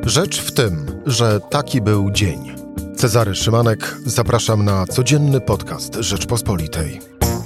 Rzecz w tym, że taki był dzień. Cezary Szymanek, zapraszam na codzienny podcast Rzeczpospolitej.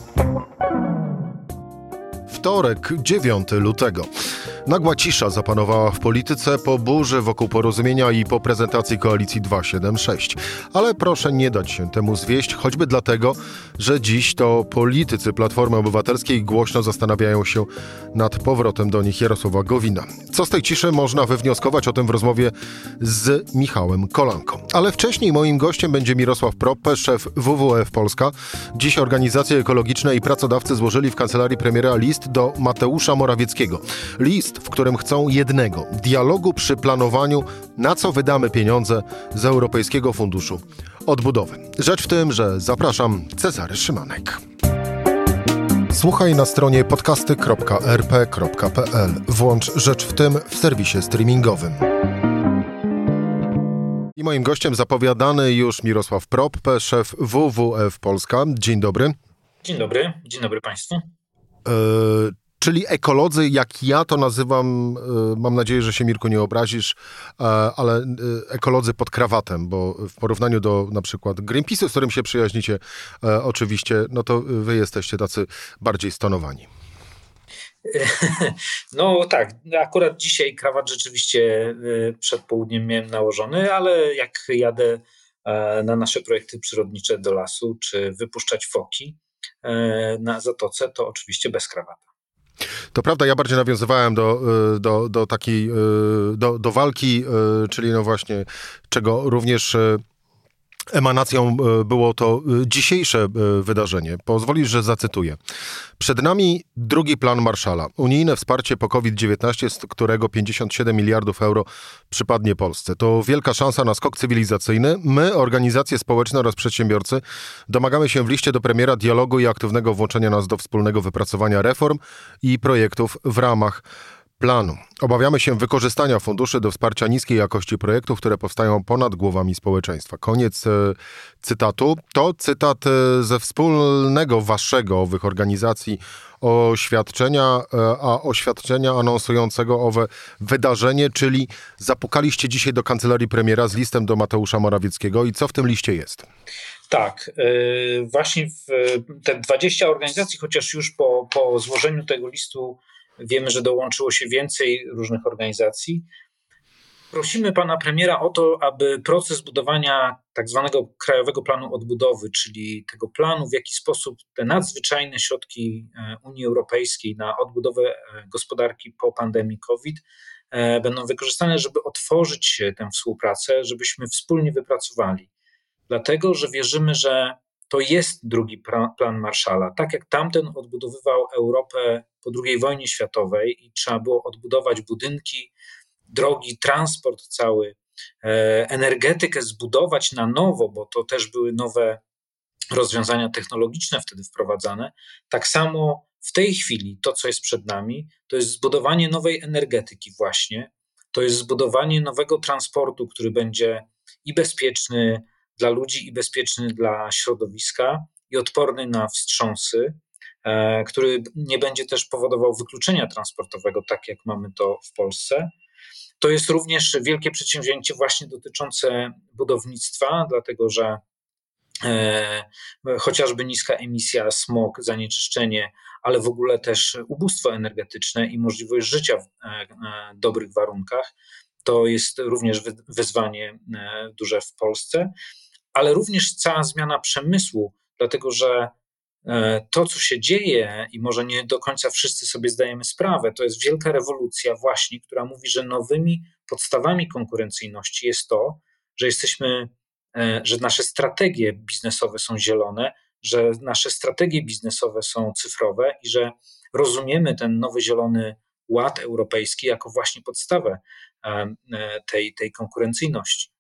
Wtorek, 9 lutego. Nagła cisza zapanowała w polityce po burzy wokół Porozumienia i po prezentacji koalicji 276. Ale proszę nie dać się temu zwieść, choćby dlatego, że dziś to politycy Platformy Obywatelskiej głośno zastanawiają się nad powrotem do nich Jarosława Gowina. Co z tej ciszy można wywnioskować, o tym w rozmowie z Michałem Kolanką. Ale wcześniej moim gościem będzie Mirosław Proppe, szef WWF Polska. Dziś organizacje ekologiczne i pracodawcy złożyli w kancelarii premiera list do Mateusza Morawieckiego. List, w którym chcą jednego – dialogu przy planowaniu, na co wydamy pieniądze z Europejskiego Funduszu Odbudowy. Rzecz w tym, że zapraszam, Cezary Szymanek. Słuchaj na stronie podcasty.rp.pl. Włącz Rzecz w tym w serwisie streamingowym. I moim gościem zapowiadany już Mirosław Proppe, szef WWF Polska. Dzień dobry. Dzień dobry Państwu. Czyli ekolodzy, jak ja to nazywam, mam nadzieję, że się, Mirku, nie obrazisz, ale ekolodzy pod krawatem, bo w porównaniu do na przykład Greenpeace'u, z którym się przyjaźnicie, oczywiście, no to wy jesteście tacy bardziej stonowani. No tak, akurat dzisiaj krawat rzeczywiście przed południem miałem nałożony, ale jak jadę na nasze projekty przyrodnicze do lasu, czy wypuszczać foki na zatoce, to oczywiście bez krawata. To prawda, ja bardziej nawiązywałem do takiej, do walki, czyli no właśnie, czego również emanacją było to dzisiejsze wydarzenie. Pozwolisz, że zacytuję. Przed nami drugi plan Marshalla. Unijne wsparcie po COVID-19, z którego 57 miliardów euro przypadnie Polsce. To wielka szansa na skok cywilizacyjny. My, organizacje społeczne oraz przedsiębiorcy, domagamy się w liście do premiera dialogu i aktywnego włączenia nas do wspólnego wypracowania reform i projektów w ramach planu. Obawiamy się wykorzystania funduszy do wsparcia niskiej jakości projektów, które powstają ponad głowami społeczeństwa. Koniec cytatu. To cytat ze wspólnego waszego owych organizacji oświadczenia, a oświadczenia anonsującego owe wydarzenie, czyli zapukaliście dzisiaj do kancelarii premiera z listem do Mateusza Morawieckiego. I co w tym liście jest? Tak, właśnie te 20 organizacji, chociaż już po złożeniu tego listu wiemy, że dołączyło się więcej różnych organizacji. Prosimy pana premiera o to, aby proces budowania tak zwanego Krajowego Planu Odbudowy, czyli tego planu, w jaki sposób te nadzwyczajne środki Unii Europejskiej na odbudowę gospodarki po pandemii COVID będą wykorzystane, żeby otworzyć tę współpracę, żebyśmy wspólnie wypracowali. Dlatego, że wierzymy, że to jest drugi plan Marshalla. Tak jak tamten odbudowywał Europę po II wojnie światowej i trzeba było odbudować budynki, drogi, transport cały, energetykę zbudować na nowo, bo to też były nowe rozwiązania technologiczne wtedy wprowadzane. Tak samo w tej chwili to, co jest przed nami, to jest zbudowanie nowej energetyki właśnie. To jest zbudowanie nowego transportu, który będzie i bezpieczny dla ludzi i bezpieczny dla środowiska i odporny na wstrząsy, który nie będzie też powodował wykluczenia transportowego, tak jak mamy to w Polsce. To jest również wielkie przedsięwzięcie właśnie dotyczące budownictwa, dlatego że chociażby niska emisja, smog, zanieczyszczenie, ale w ogóle też ubóstwo energetyczne i możliwość życia w dobrych warunkach, to jest również wyzwanie duże w Polsce, ale również cała zmiana przemysłu, dlatego że to, co się dzieje i może nie do końca wszyscy sobie zdajemy sprawę, to jest wielka rewolucja właśnie, która mówi, że nowymi podstawami konkurencyjności jest to, że nasze strategie biznesowe są zielone, że nasze strategie biznesowe są cyfrowe i że rozumiemy ten nowy zielony ład europejski jako właśnie podstawę tej konkurencyjności.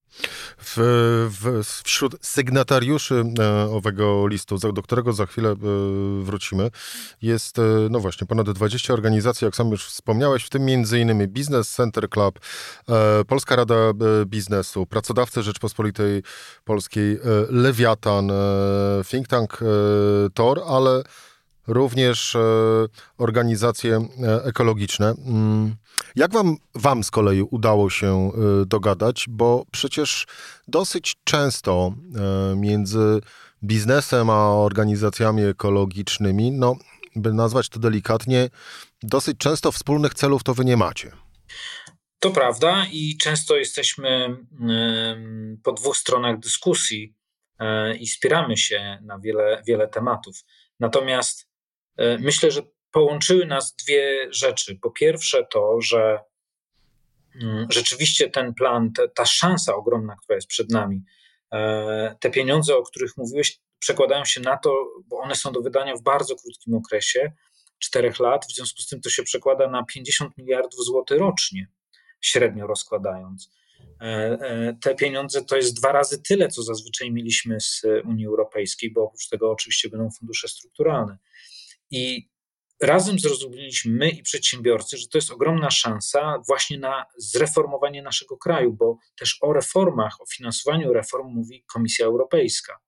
Wśród sygnatariuszy owego listu, do którego za chwilę wrócimy, jest no właśnie ponad 20 organizacji, jak sam już wspomniałeś, w tym m.in. Business Center Club, Polska Rada Biznesu, Pracodawcy Rzeczpospolitej Polskiej, Lewiatan, Think Tank TOR, ale również organizacje ekologiczne. Jak wam z kolei udało się dogadać? Bo przecież dosyć często między biznesem a organizacjami ekologicznymi, no, by nazwać to delikatnie, dosyć często wspólnych celów to wy nie macie. To prawda i często jesteśmy po dwóch stronach dyskusji i spieramy się na wiele tematów. Natomiast myślę, że połączyły nas dwie rzeczy. Po pierwsze to, że rzeczywiście ten plan, ta szansa ogromna, która jest przed nami, te pieniądze, o których mówiłeś, przekładają się na to, bo one są do wydania w bardzo krótkim okresie, 4 lat, w związku z tym to się przekłada na 50 miliardów złotych rocznie, średnio rozkładając. Te pieniądze to jest 2 razy tyle, co zazwyczaj mieliśmy z Unii Europejskiej, bo oprócz tego oczywiście będą fundusze strukturalne. I razem zrozumieliśmy my i przedsiębiorcy, że to jest ogromna szansa właśnie na zreformowanie naszego kraju, bo też o reformach, o finansowaniu reform mówi Komisja Europejska.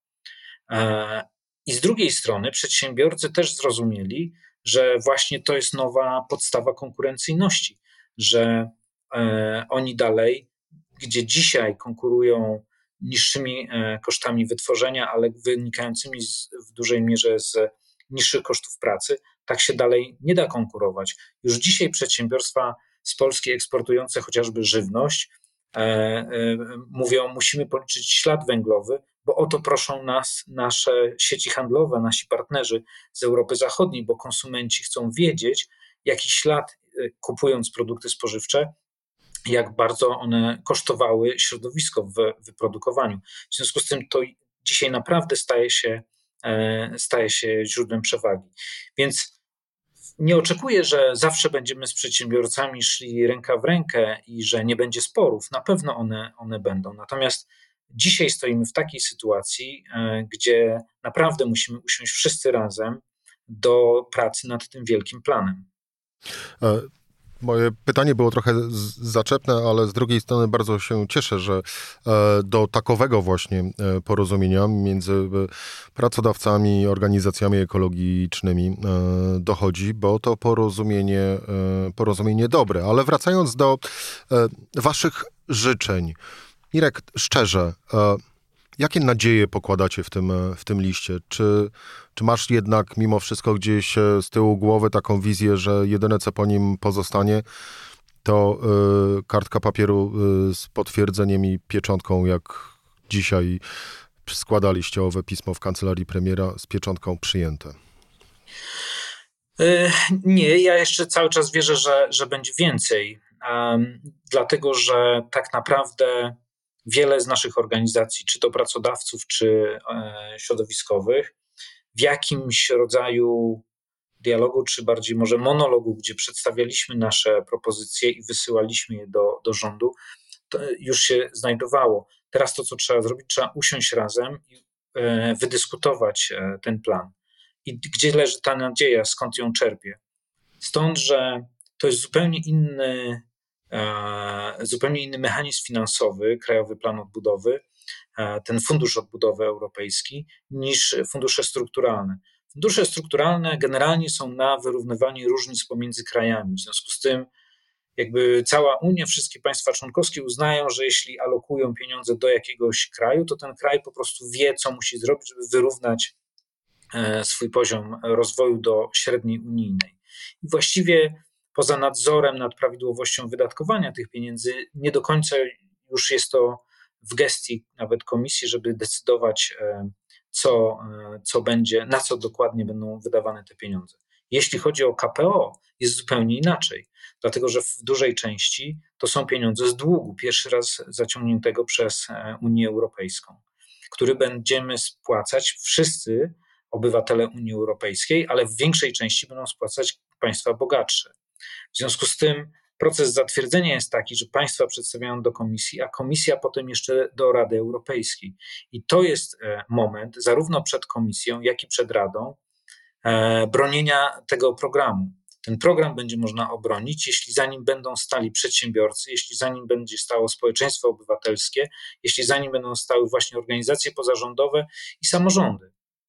I z drugiej strony przedsiębiorcy też zrozumieli, że właśnie to jest nowa podstawa konkurencyjności, że oni dalej, gdzie dzisiaj konkurują niższymi kosztami wytworzenia, ale wynikającymi w dużej mierze z niższych kosztów pracy, tak się dalej nie da konkurować. Już dzisiaj przedsiębiorstwa z Polski eksportujące chociażby żywność mówią, musimy policzyć ślad węglowy, bo o to proszą nas nasze sieci handlowe, nasi partnerzy z Europy Zachodniej, bo konsumenci chcą wiedzieć, jaki ślad, kupując produkty spożywcze, jak bardzo one kosztowały środowisko w wyprodukowaniu. W związku z tym to dzisiaj naprawdę staje się źródłem przewagi. Więc nie oczekuję, że zawsze będziemy z przedsiębiorcami szli ręka w rękę i że nie będzie sporów. Na pewno one będą. Natomiast dzisiaj stoimy w takiej sytuacji, gdzie naprawdę musimy usiąść wszyscy razem do pracy nad tym wielkim planem. Moje pytanie było trochę zaczepne, ale z drugiej strony bardzo się cieszę, że do takowego właśnie porozumienia między pracodawcami i organizacjami ekologicznymi dochodzi, bo to porozumienie dobre. Ale wracając do waszych życzeń, Mirek, szczerze, jakie nadzieje pokładacie w tym liście? Czy masz jednak mimo wszystko gdzieś z tyłu głowy taką wizję, że jedyne co po nim pozostanie to kartka papieru z potwierdzeniem i pieczątką, jak dzisiaj składaliście owe pismo w kancelarii premiera z pieczątką przyjęte? Nie, ja jeszcze cały czas wierzę, że będzie więcej, dlatego że tak naprawdę wiele z naszych organizacji, czy to pracodawców, czy środowiskowych, w jakimś rodzaju dialogu, czy bardziej może monologu, gdzie przedstawialiśmy nasze propozycje i wysyłaliśmy je do rządu, to już się znajdowało. Teraz to, co trzeba zrobić, trzeba usiąść razem i wydyskutować ten plan. I gdzie leży ta nadzieja, skąd ją czerpię? Stąd, że to jest zupełnie inny mechanizm finansowy, Krajowy Plan Odbudowy, ten Fundusz Odbudowy Europejski, niż fundusze strukturalne. Fundusze strukturalne generalnie są na wyrównywanie różnic pomiędzy krajami. W związku z tym jakby cała Unia, wszystkie państwa członkowskie uznają, że jeśli alokują pieniądze do jakiegoś kraju, to ten kraj po prostu wie, co musi zrobić, żeby wyrównać swój poziom rozwoju do średniej unijnej. I właściwie poza nadzorem nad prawidłowością wydatkowania tych pieniędzy, nie do końca już jest to w gestii nawet komisji, żeby decydować, co będzie, na co dokładnie będą wydawane te pieniądze. Jeśli chodzi o KPO, jest zupełnie inaczej, dlatego że w dużej części to są pieniądze z długu, pierwszy raz zaciągniętego przez Unię Europejską, który będziemy spłacać wszyscy obywatele Unii Europejskiej, ale w większej części będą spłacać państwa bogatsze. W związku z tym proces zatwierdzenia jest taki, że państwa przedstawiają do komisji, a komisja potem jeszcze do Rady Europejskiej. I to jest moment, zarówno przed komisją, jak i przed Radą, bronienia tego programu. Ten program będzie można obronić, jeśli za nim będą stali przedsiębiorcy, jeśli za nim będzie stało społeczeństwo obywatelskie, jeśli za nim będą stały właśnie organizacje pozarządowe i samorządy.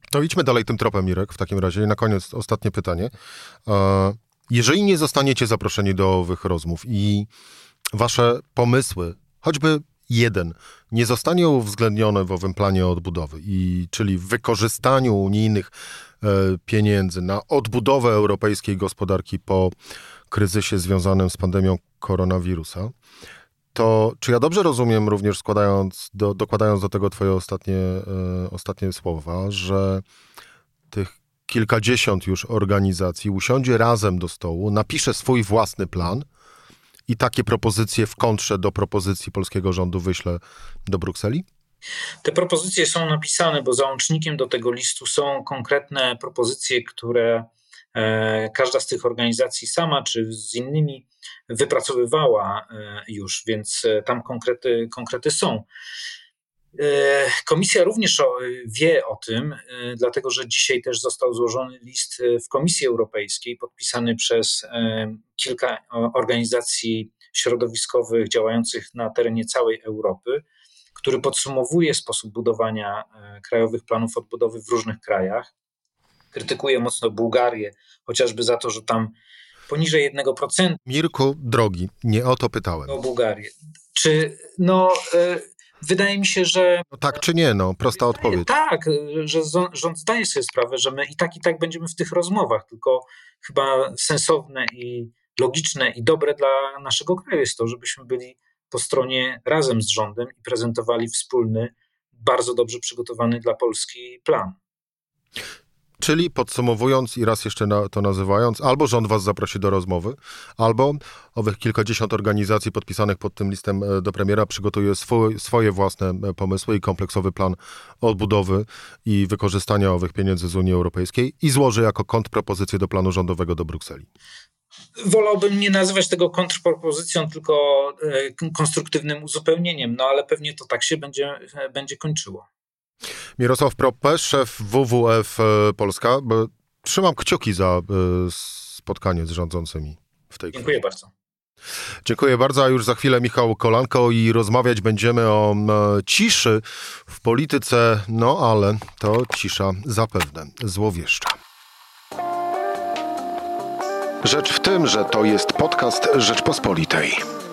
To idźmy dalej tym tropem, Mirek, w takim razie. I na koniec ostatnie pytanie. Jeżeli nie zostaniecie zaproszeni do owych rozmów i wasze pomysły, choćby jeden, nie zostanie uwzględniony w owym planie odbudowy, czyli w wykorzystaniu unijnych pieniędzy na odbudowę europejskiej gospodarki po kryzysie związanym z pandemią koronawirusa, to czy ja dobrze rozumiem, również dokładając do tego twoje ostatnie słowa, że tych kilkadziesiąt już organizacji usiądzie razem do stołu, napisze swój własny plan i takie propozycje w kontrze do propozycji polskiego rządu wyśle do Brukseli? Te propozycje są napisane, bo załącznikiem do tego listu są konkretne propozycje, które każda z tych organizacji sama czy z innymi wypracowywała już, więc tam konkrety są. Komisja również wie o tym, dlatego że dzisiaj też został złożony list w Komisji Europejskiej, podpisany przez kilka organizacji środowiskowych działających na terenie całej Europy, który podsumowuje sposób budowania krajowych planów odbudowy w różnych krajach. Krytykuje mocno Bułgarię, chociażby za to, że tam poniżej 1%. Mirku, drogi, nie o to pytałem. O Bułgarię. Wydaje mi się, że... No tak czy nie, prosta odpowiedź. Tak, że rząd zdaje sobie sprawę, że my i tak będziemy w tych rozmowach, tylko chyba sensowne i logiczne i dobre dla naszego kraju jest to, żebyśmy byli po stronie razem z rządem i prezentowali wspólny, bardzo dobrze przygotowany dla Polski plan. Czyli podsumowując i raz jeszcze to nazywając, albo rząd was zaprosi do rozmowy, albo owych kilkadziesiąt organizacji podpisanych pod tym listem do premiera przygotuje swoje własne pomysły i kompleksowy plan odbudowy i wykorzystania owych pieniędzy z Unii Europejskiej i złoży jako kontrpropozycję do planu rządowego do Brukseli. Wolałbym nie nazywać tego kontrpropozycją, tylko konstruktywnym uzupełnieniem, ale pewnie to tak się będzie kończyło. Mirosław Proppe, szef WWF Polska. Trzymam kciuki za spotkanie z rządzącymi w tej kwestii. Dziękuję bardzo. Dziękuję bardzo, a już za chwilę Michał Kolanko i rozmawiać będziemy o ciszy w polityce, ale to cisza zapewne złowieszcza. Rzecz w tym, że to jest podcast Rzeczpospolitej.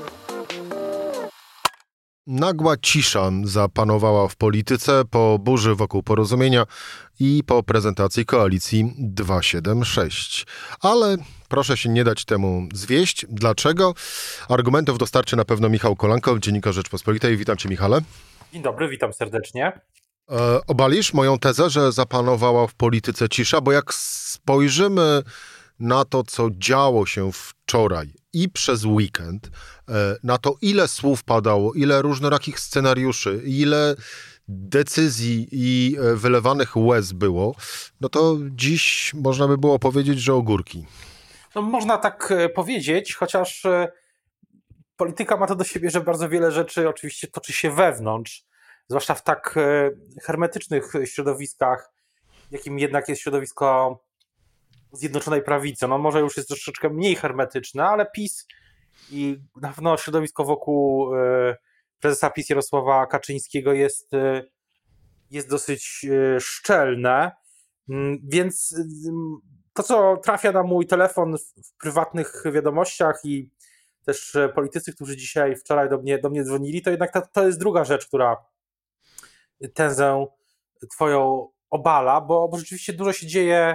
Nagła cisza zapanowała w polityce po burzy wokół porozumienia i po prezentacji koalicji 276. Ale proszę się nie dać temu zwieść. Dlaczego? Argumentów dostarczy na pewno Michał Kolanko, dziennikarz Rzeczpospolitej. Witam cię, Michale. Dzień dobry, witam serdecznie. Obalisz moją tezę, że zapanowała w polityce cisza, bo jak spojrzymy na to, co działo się wczoraj i przez weekend, na to, ile słów padało, ile różnorakich scenariuszy, ile decyzji i wylewanych łez było, to dziś można by było powiedzieć, że ogórki. Można tak powiedzieć, chociaż polityka ma to do siebie, że bardzo wiele rzeczy oczywiście toczy się wewnątrz, zwłaszcza w tak hermetycznych środowiskach, jakim jednak jest środowisko Zjednoczonej Prawicy. Może już jest troszeczkę mniej hermetyczne, ale PiS i na pewno środowisko wokół prezesa PiS Jarosława Kaczyńskiego jest dosyć szczelne, więc to, co trafia na mój telefon w prywatnych wiadomościach i też politycy, którzy wczoraj do mnie dzwonili, to jednak to jest druga rzecz, która tezę twoją obala, bo rzeczywiście dużo się dzieje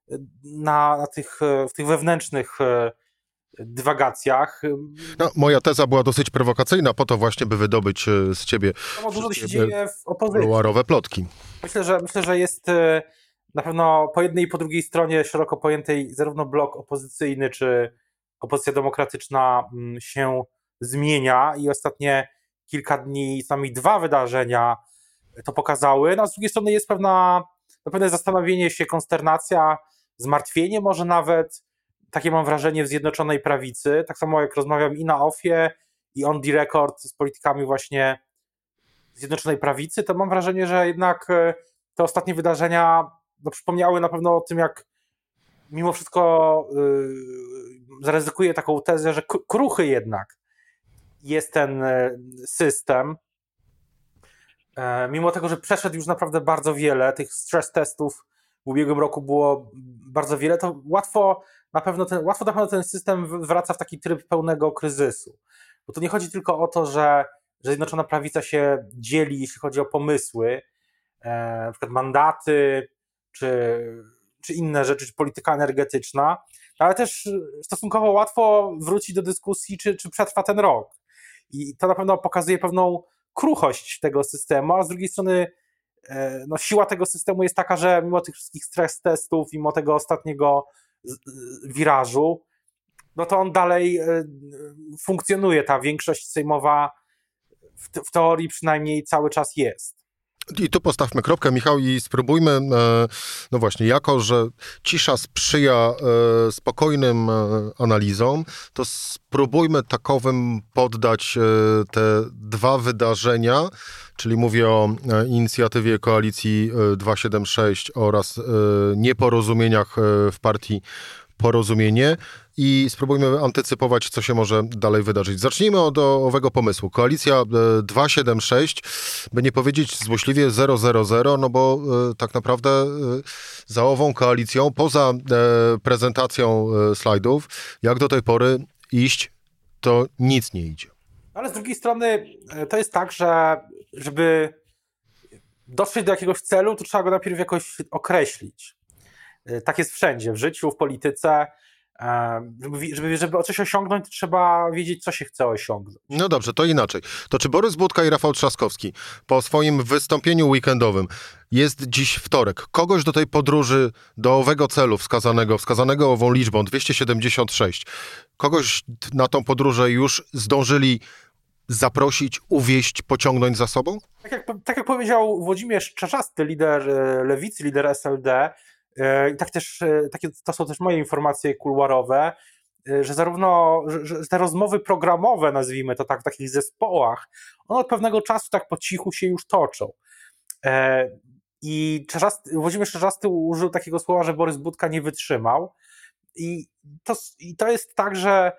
w tych wewnętrznych dywagacjach. Moja teza była dosyć prowokacyjna, po to właśnie, by wydobyć z ciebie dużo się dzieje w opozycji. Kuluarowe plotki. Myślę, że jest na pewno po jednej i po drugiej stronie szeroko pojętej zarówno blok opozycyjny, czy opozycja demokratyczna się zmienia i ostatnie kilka dni, sami dwa wydarzenia to pokazały. A z drugiej strony jest pewne zastanowienie się, konsternacja, zmartwienie może nawet. Takie mam wrażenie w Zjednoczonej Prawicy. Tak samo jak rozmawiam i na OFIE, i on the record z politykami właśnie Zjednoczonej Prawicy, to mam wrażenie, że jednak te ostatnie wydarzenia przypomniały na pewno o tym, jak mimo wszystko zaryzykuję taką tezę, że kruchy jednak jest ten system. mimo tego, że przeszedł już naprawdę bardzo wiele, tych stress testów w ubiegłym roku było bardzo wiele, to łatwo na pewno ten system wraca w taki tryb pełnego kryzysu. Bo to nie chodzi tylko o to, że Zjednoczona Prawica się dzieli, jeśli chodzi o pomysły, na przykład mandaty, czy inne rzeczy, czy polityka energetyczna, ale też stosunkowo łatwo wrócić do dyskusji, czy przetrwa ten rok. I to na pewno pokazuje pewną kruchość tego systemu, a z drugiej strony siła tego systemu jest taka, że mimo tych wszystkich stres testów, mimo tego ostatniego wirażu, no to on dalej funkcjonuje, ta większość sejmowa w teorii przynajmniej cały czas jest. I tu postawmy kropkę, Michał, i spróbujmy, no właśnie, jako że cisza sprzyja spokojnym analizom, to spróbujmy takowym poddać te dwa wydarzenia, czyli mówię o inicjatywie Koalicji 276 oraz nieporozumieniach w partii Porozumienie i spróbujmy antycypować, co się może dalej wydarzyć. Zacznijmy od owego pomysłu. Koalicja 276, by nie powiedzieć złośliwie 000, no bo tak naprawdę za ową koalicją, poza prezentacją slajdów, jak do tej pory iść, to nic nie idzie. Ale z drugiej strony to jest tak, że żeby dotrzeć do jakiegoś celu, to trzeba go najpierw jakoś określić. Tak jest wszędzie, w życiu, w polityce. Żeby coś osiągnąć, to trzeba wiedzieć, co się chce osiągnąć. No dobrze, to inaczej. To czy Borys Budka i Rafał Trzaskowski po swoim wystąpieniu weekendowym, jest dziś wtorek, kogoś do tej podróży, do owego celu wskazanego ową liczbą 276, kogoś na tą podróżę już zdążyli zaprosić, uwieść, pociągnąć za sobą? Tak jak powiedział Włodzimierz Czarzasty, lider Lewicy, lider SLD, i to są też moje informacje kuluarowe, że że te rozmowy programowe, nazwijmy to tak, w takich zespołach, one od pewnego czasu tak po cichu się już toczą. I Włodzimierz Czarzasty użył takiego słowa, że Borys Budka nie wytrzymał. I to jest tak, że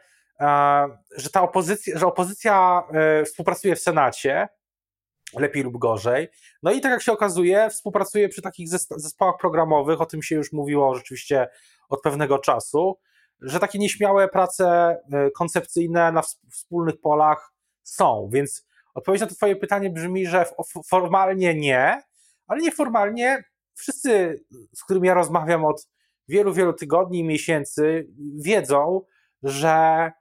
opozycja współpracuje w Senacie, lepiej lub gorzej. No i tak jak się okazuje, współpracuje przy takich zespołach programowych, o tym się już mówiło rzeczywiście od pewnego czasu, że takie nieśmiałe prace koncepcyjne na wspólnych polach są. Więc odpowiedź na to twoje pytanie brzmi, że formalnie nie, ale nieformalnie wszyscy, z którymi ja rozmawiam od wielu, wielu tygodni i miesięcy, wiedzą, że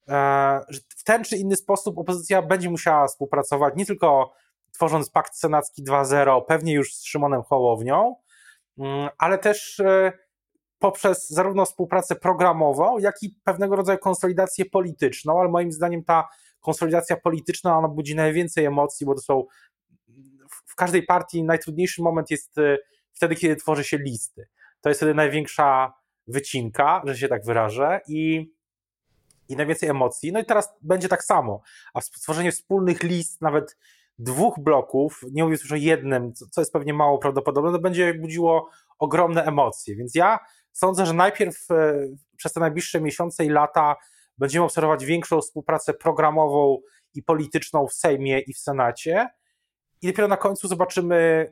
w ten czy inny sposób opozycja będzie musiała współpracować, nie tylko tworząc pakt senacki 2.0, pewnie już z Szymonem Hołownią, ale też poprzez zarówno współpracę programową, jak i pewnego rodzaju konsolidację polityczną, ale moim zdaniem ta konsolidacja polityczna, ona budzi najwięcej emocji, bo to są w każdej partii najtrudniejszy moment jest wtedy, kiedy tworzy się listy. To jest wtedy największa wycinka, że się tak wyrażę, i najwięcej emocji. No i teraz będzie tak samo. A stworzenie wspólnych list, nawet 2 bloków, nie mówiąc już o jednym, co jest pewnie mało prawdopodobne, to będzie budziło ogromne emocje. Więc ja sądzę, że najpierw przez te najbliższe miesiące i lata będziemy obserwować większą współpracę programową i polityczną w Sejmie i w Senacie i dopiero na końcu zobaczymy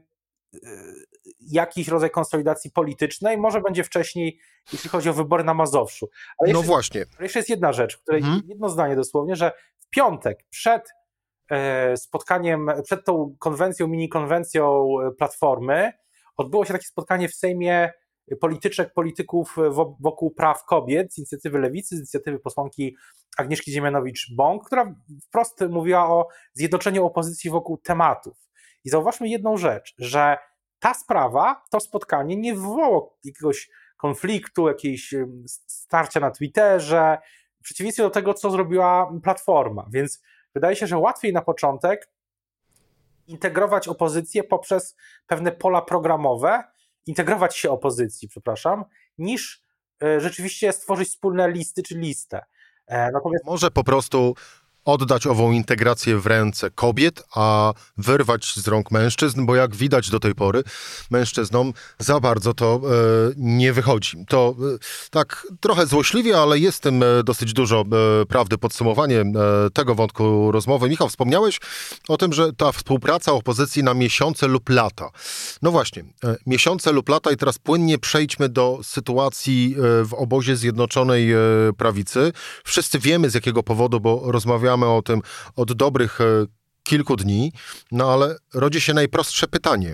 jakiś rodzaj konsolidacji politycznej, może będzie wcześniej, jeśli chodzi o wybory na Mazowszu. Ale no właśnie. Jeszcze jest jedna rzecz, której jedno zdanie dosłownie, że w piątek przed spotkaniem, przed tą konwencją, mini-konwencją Platformy odbyło się takie spotkanie w Sejmie polityków wokół praw kobiet z inicjatywy Lewicy, z inicjatywy posłanki Agnieszki Dziemianowicz-Bąk, która wprost mówiła o zjednoczeniu opozycji wokół tematów. I zauważmy jedną rzecz, że ta sprawa, to spotkanie nie wywołało jakiegoś konfliktu, jakiejś starcia na Twitterze, w przeciwieństwie do tego, co zrobiła Platforma. Więc wydaje się, że łatwiej na początek integrować opozycję poprzez pewne pola programowe, integrować się opozycji, niż rzeczywiście stworzyć wspólne listy czy listę. Może po prostu oddać ową integrację w ręce kobiet, a wyrwać z rąk mężczyzn, bo jak widać do tej pory, mężczyznom za bardzo to nie wychodzi. To tak trochę złośliwie, ale jest w tym dosyć dużo prawdy. Podsumowanie tego wątku rozmowy. Michał, wspomniałeś o tym, że ta współpraca opozycji na miesiące lub lata. No właśnie, miesiące lub lata i teraz płynnie przejdźmy do sytuacji w obozie Zjednoczonej Prawicy. Wszyscy wiemy z jakiego powodu, bo rozmawiamy o tym od dobrych kilku dni, no ale rodzi się najprostsze pytanie.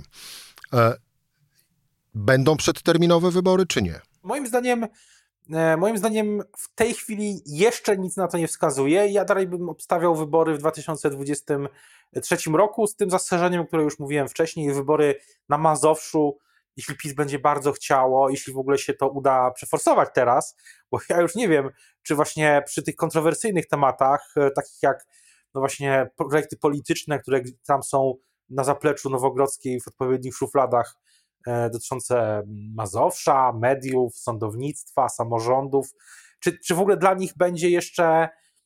Będą przedterminowe wybory, czy nie? Moim zdaniem w tej chwili jeszcze nic na to nie wskazuje. Ja dalej bym obstawiał wybory w 2023 roku z tym zastrzeżeniem, które już mówiłem wcześniej, wybory na Mazowszu, jeśli PiS będzie bardzo chciało, jeśli w ogóle się to uda przeforsować teraz, bo ja już nie wiem, czy właśnie przy tych kontrowersyjnych tematach, takich jak no właśnie projekty polityczne, które tam są na zapleczu Nowogrodzkiej w odpowiednich szufladach, dotyczące Mazowsza, mediów, sądownictwa, samorządów, czy w ogóle dla nich będzie jeszcze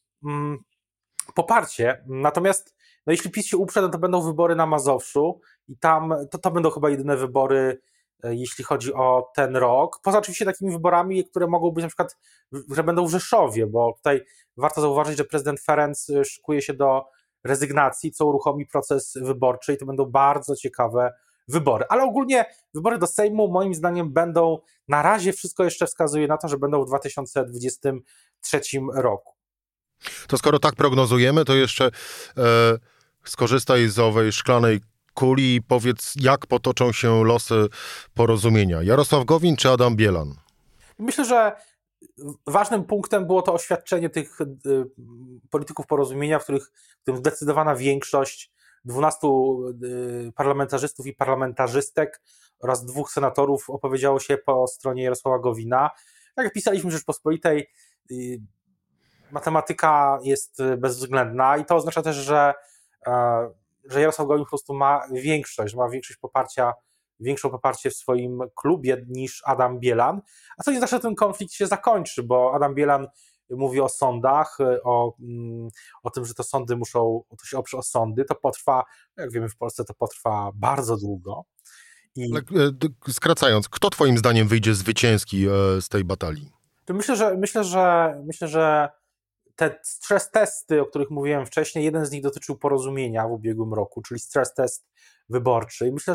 poparcie. Natomiast no jeśli PiS się uprze, to będą wybory na Mazowszu i tam to będą chyba jedyne wybory, jeśli chodzi o ten rok. Poza oczywiście takimi wyborami, które mogą być na przykład, że będą w Rzeszowie, bo tutaj warto zauważyć, że prezydent Ferenc szykuje się do rezygnacji, co uruchomi proces wyborczy i to będą bardzo ciekawe wybory. Ale ogólnie wybory do Sejmu moim zdaniem będą, na razie wszystko jeszcze wskazuje na to, że będą w 2023 roku. To skoro tak prognozujemy, to jeszcze skorzystaj z owej szklanej kuli i powiedz, jak potoczą się losy porozumienia. Jarosław Gowin czy Adam Bielan? Myślę, że ważnym punktem było to oświadczenie tych polityków porozumienia, w którym zdecydowana większość 12 parlamentarzystów i parlamentarzystek oraz 2 senatorów opowiedziało się po stronie Jarosława Gowina. Tak jak pisaliśmy w Rzeczpospolitej, matematyka jest bezwzględna i to oznacza też, że Jarosław Gowin po prostu ma większość poparcia, większą poparcie w swoim klubie niż Adam Bielan, a co nie znaczy, że ten konflikt się zakończy, bo Adam Bielan mówi o sądach, o tym, że to sądy to się oprze o sądy, to potrwa, jak wiemy w Polsce, to potrwa bardzo długo. Ale skracając, kto twoim zdaniem wyjdzie zwycięski z tej batalii? To myślę, że te stres testy, o których mówiłem wcześniej, jeden z nich dotyczył porozumienia w ubiegłym roku, czyli stres test wyborczy. I myślę,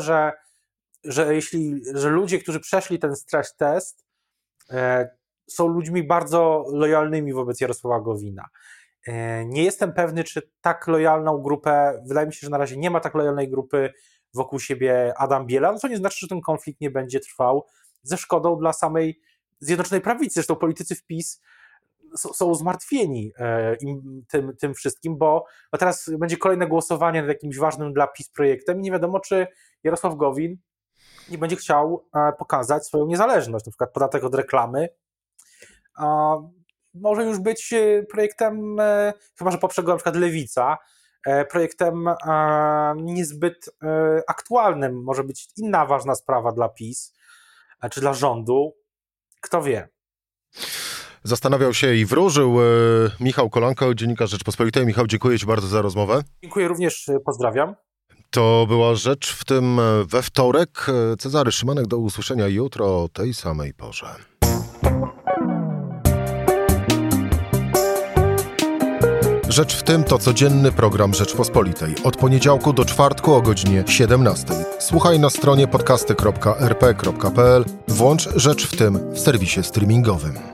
że ludzie, którzy przeszli ten stres test, są ludźmi bardzo lojalnymi wobec Jarosława Gowina. Nie jestem pewny, czy tak lojalną grupę, wydaje mi się, że na razie nie ma tak lojalnej grupy wokół siebie Adam Bielan, co nie znaczy, że ten konflikt nie będzie trwał ze szkodą dla samej Zjednoczonej Prawicy. Zresztą politycy w PiS są zmartwieni tym wszystkim, bo teraz będzie kolejne głosowanie nad jakimś ważnym dla PiS projektem i nie wiadomo, czy Jarosław Gowin nie będzie chciał pokazać swoją niezależność. Na przykład podatek od reklamy może już być projektem, chyba że poprze go na przykład Lewica, projektem niezbyt aktualnym. Może być inna ważna sprawa dla PiS czy dla rządu. Kto wie. Zastanawiał się i wróżył Michał Kolanko, dziennikarz Rzeczpospolitej. Michał, dziękuję ci bardzo za rozmowę. Dziękuję również, pozdrawiam. To była Rzecz w tym we wtorek. Cezary Szymanek, do usłyszenia jutro o tej samej porze. Rzecz w tym to codzienny program Rzeczpospolitej. Od poniedziałku do czwartku o godzinie 17. Słuchaj na stronie podcasty.rp.pl. Włącz Rzecz w tym w serwisie streamingowym.